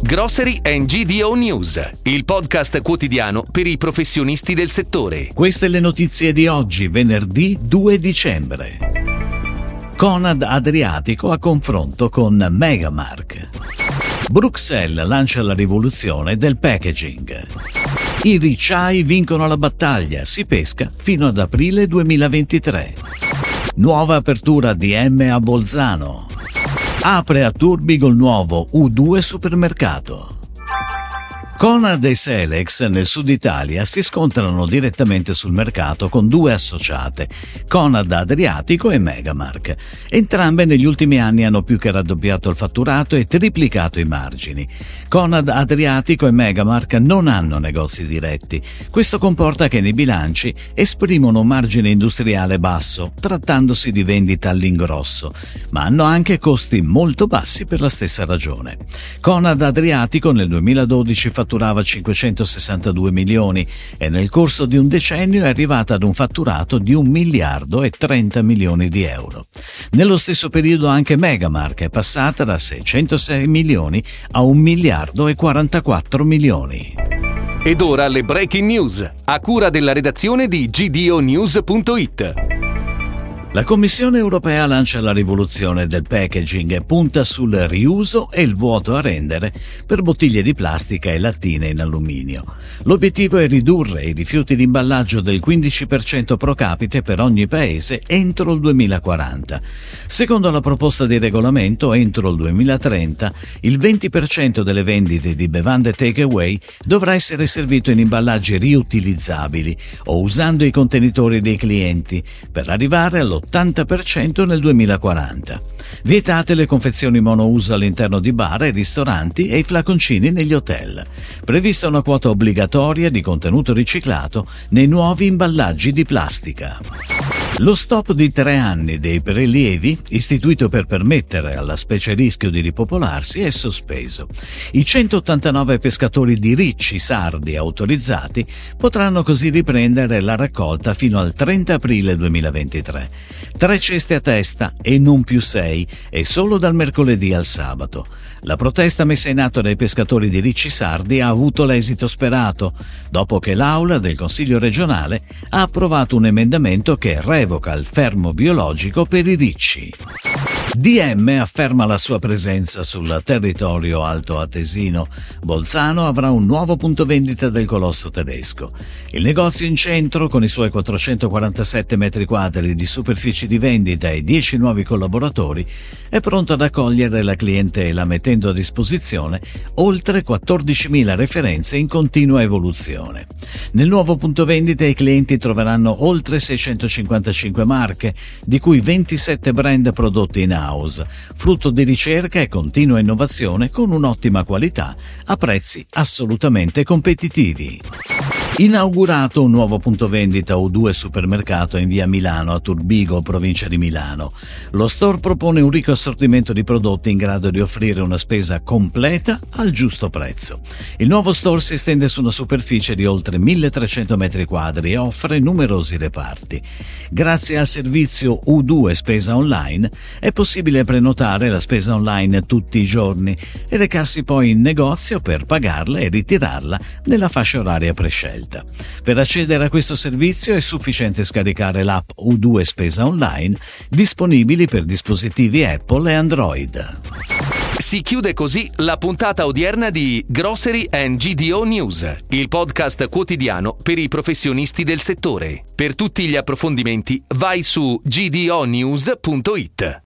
Grocery and GDO News, il podcast quotidiano per i professionisti del settore. Queste le notizie di oggi, venerdì 2 dicembre. Conad Adriatico a confronto con Megamark. Bruxelles lancia la rivoluzione del packaging. I ricciai vincono la battaglia, si pesca fino ad aprile 2023. Nuova apertura DM a Bolzano. Apre a Turbigo il nuovo U2 supermercato. Conad e Selex nel sud Italia si scontrano direttamente sul mercato con due associate, Conad Adriatico e Megamark. Entrambe negli ultimi anni hanno più che raddoppiato il fatturato e triplicato i margini. Conad Adriatico e Megamark non hanno negozi diretti. Questo comporta che nei bilanci esprimono un margine industriale basso, trattandosi di vendita all'ingrosso, ma hanno anche costi molto bassi per la stessa ragione. Conad Adriatico nel 2012 fatturava 562 milioni e nel corso di un decennio è arrivata ad un fatturato di 1 miliardo e 30 milioni di euro. Nello stesso periodo anche Megamark è passata da 606 milioni a 1 miliardo e 44 milioni. Ed ora le breaking news, a cura della redazione di gdonews.it. La Commissione europea lancia la rivoluzione del packaging e punta sul riuso e il vuoto a rendere per bottiglie di plastica e lattine in alluminio. L'obiettivo è ridurre i rifiuti di imballaggio del 15% pro capite per ogni paese entro il 2040. Secondo la proposta di regolamento, entro il 2030 il 20% delle vendite di bevande takeaway dovrà essere servito in imballaggi riutilizzabili o usando i contenitori dei clienti, per arrivare all'80% nel 2040. Vietate le confezioni monouso all'interno di bar e ristoranti e i flaconcini negli hotel. Prevista una quota obbligatoria di contenuto riciclato nei nuovi imballaggi di plastica. Lo stop di 3 anni dei prelievi, istituito per permettere alla specie a rischio di ripopolarsi, è sospeso. I 189 pescatori di ricci sardi autorizzati potranno così riprendere la raccolta fino al 30 aprile 2023. 3 ceste a testa e non più 6, e solo dal mercoledì al sabato. La protesta messa in atto dai pescatori di ricci sardi ha avuto l'esito sperato, dopo che l'Aula del Consiglio regionale ha approvato un emendamento che revoca il fermo biologico per i ricci. DM afferma la sua presenza sul territorio altoatesino. Bolzano avrà un nuovo punto vendita del colosso tedesco. Il negozio in centro, con i suoi 447 metri quadri di superficie di vendita e 10 nuovi collaboratori, è pronto ad accogliere la clientela mettendo a disposizione oltre 14.000 referenze in continua evoluzione. Nel nuovo punto vendita i clienti troveranno oltre 655 marche, di cui 27 brand prodotti in house, frutto di ricerca e continua innovazione con un'ottima qualità a prezzi assolutamente competitivi. Inaugurato un nuovo punto vendita U2 supermercato in via Milano a Turbigo, provincia di Milano. Lo store propone un ricco assortimento di prodotti in grado di offrire una spesa completa al giusto prezzo. Il nuovo store si estende su una superficie di oltre 1.300 metri quadri e offre numerosi reparti. Grazie al servizio U2 spesa online è possibile prenotare la spesa online tutti i giorni e recarsi poi in negozio per pagarla e ritirarla nella fascia oraria prescelta. Per accedere a questo servizio è sufficiente scaricare l'app U2 Spesa Online, disponibili per dispositivi Apple e Android. Si chiude così la puntata odierna di Grocery and GDO News, il podcast quotidiano per i professionisti del settore. Per tutti gli approfondimenti vai su gdonews.it.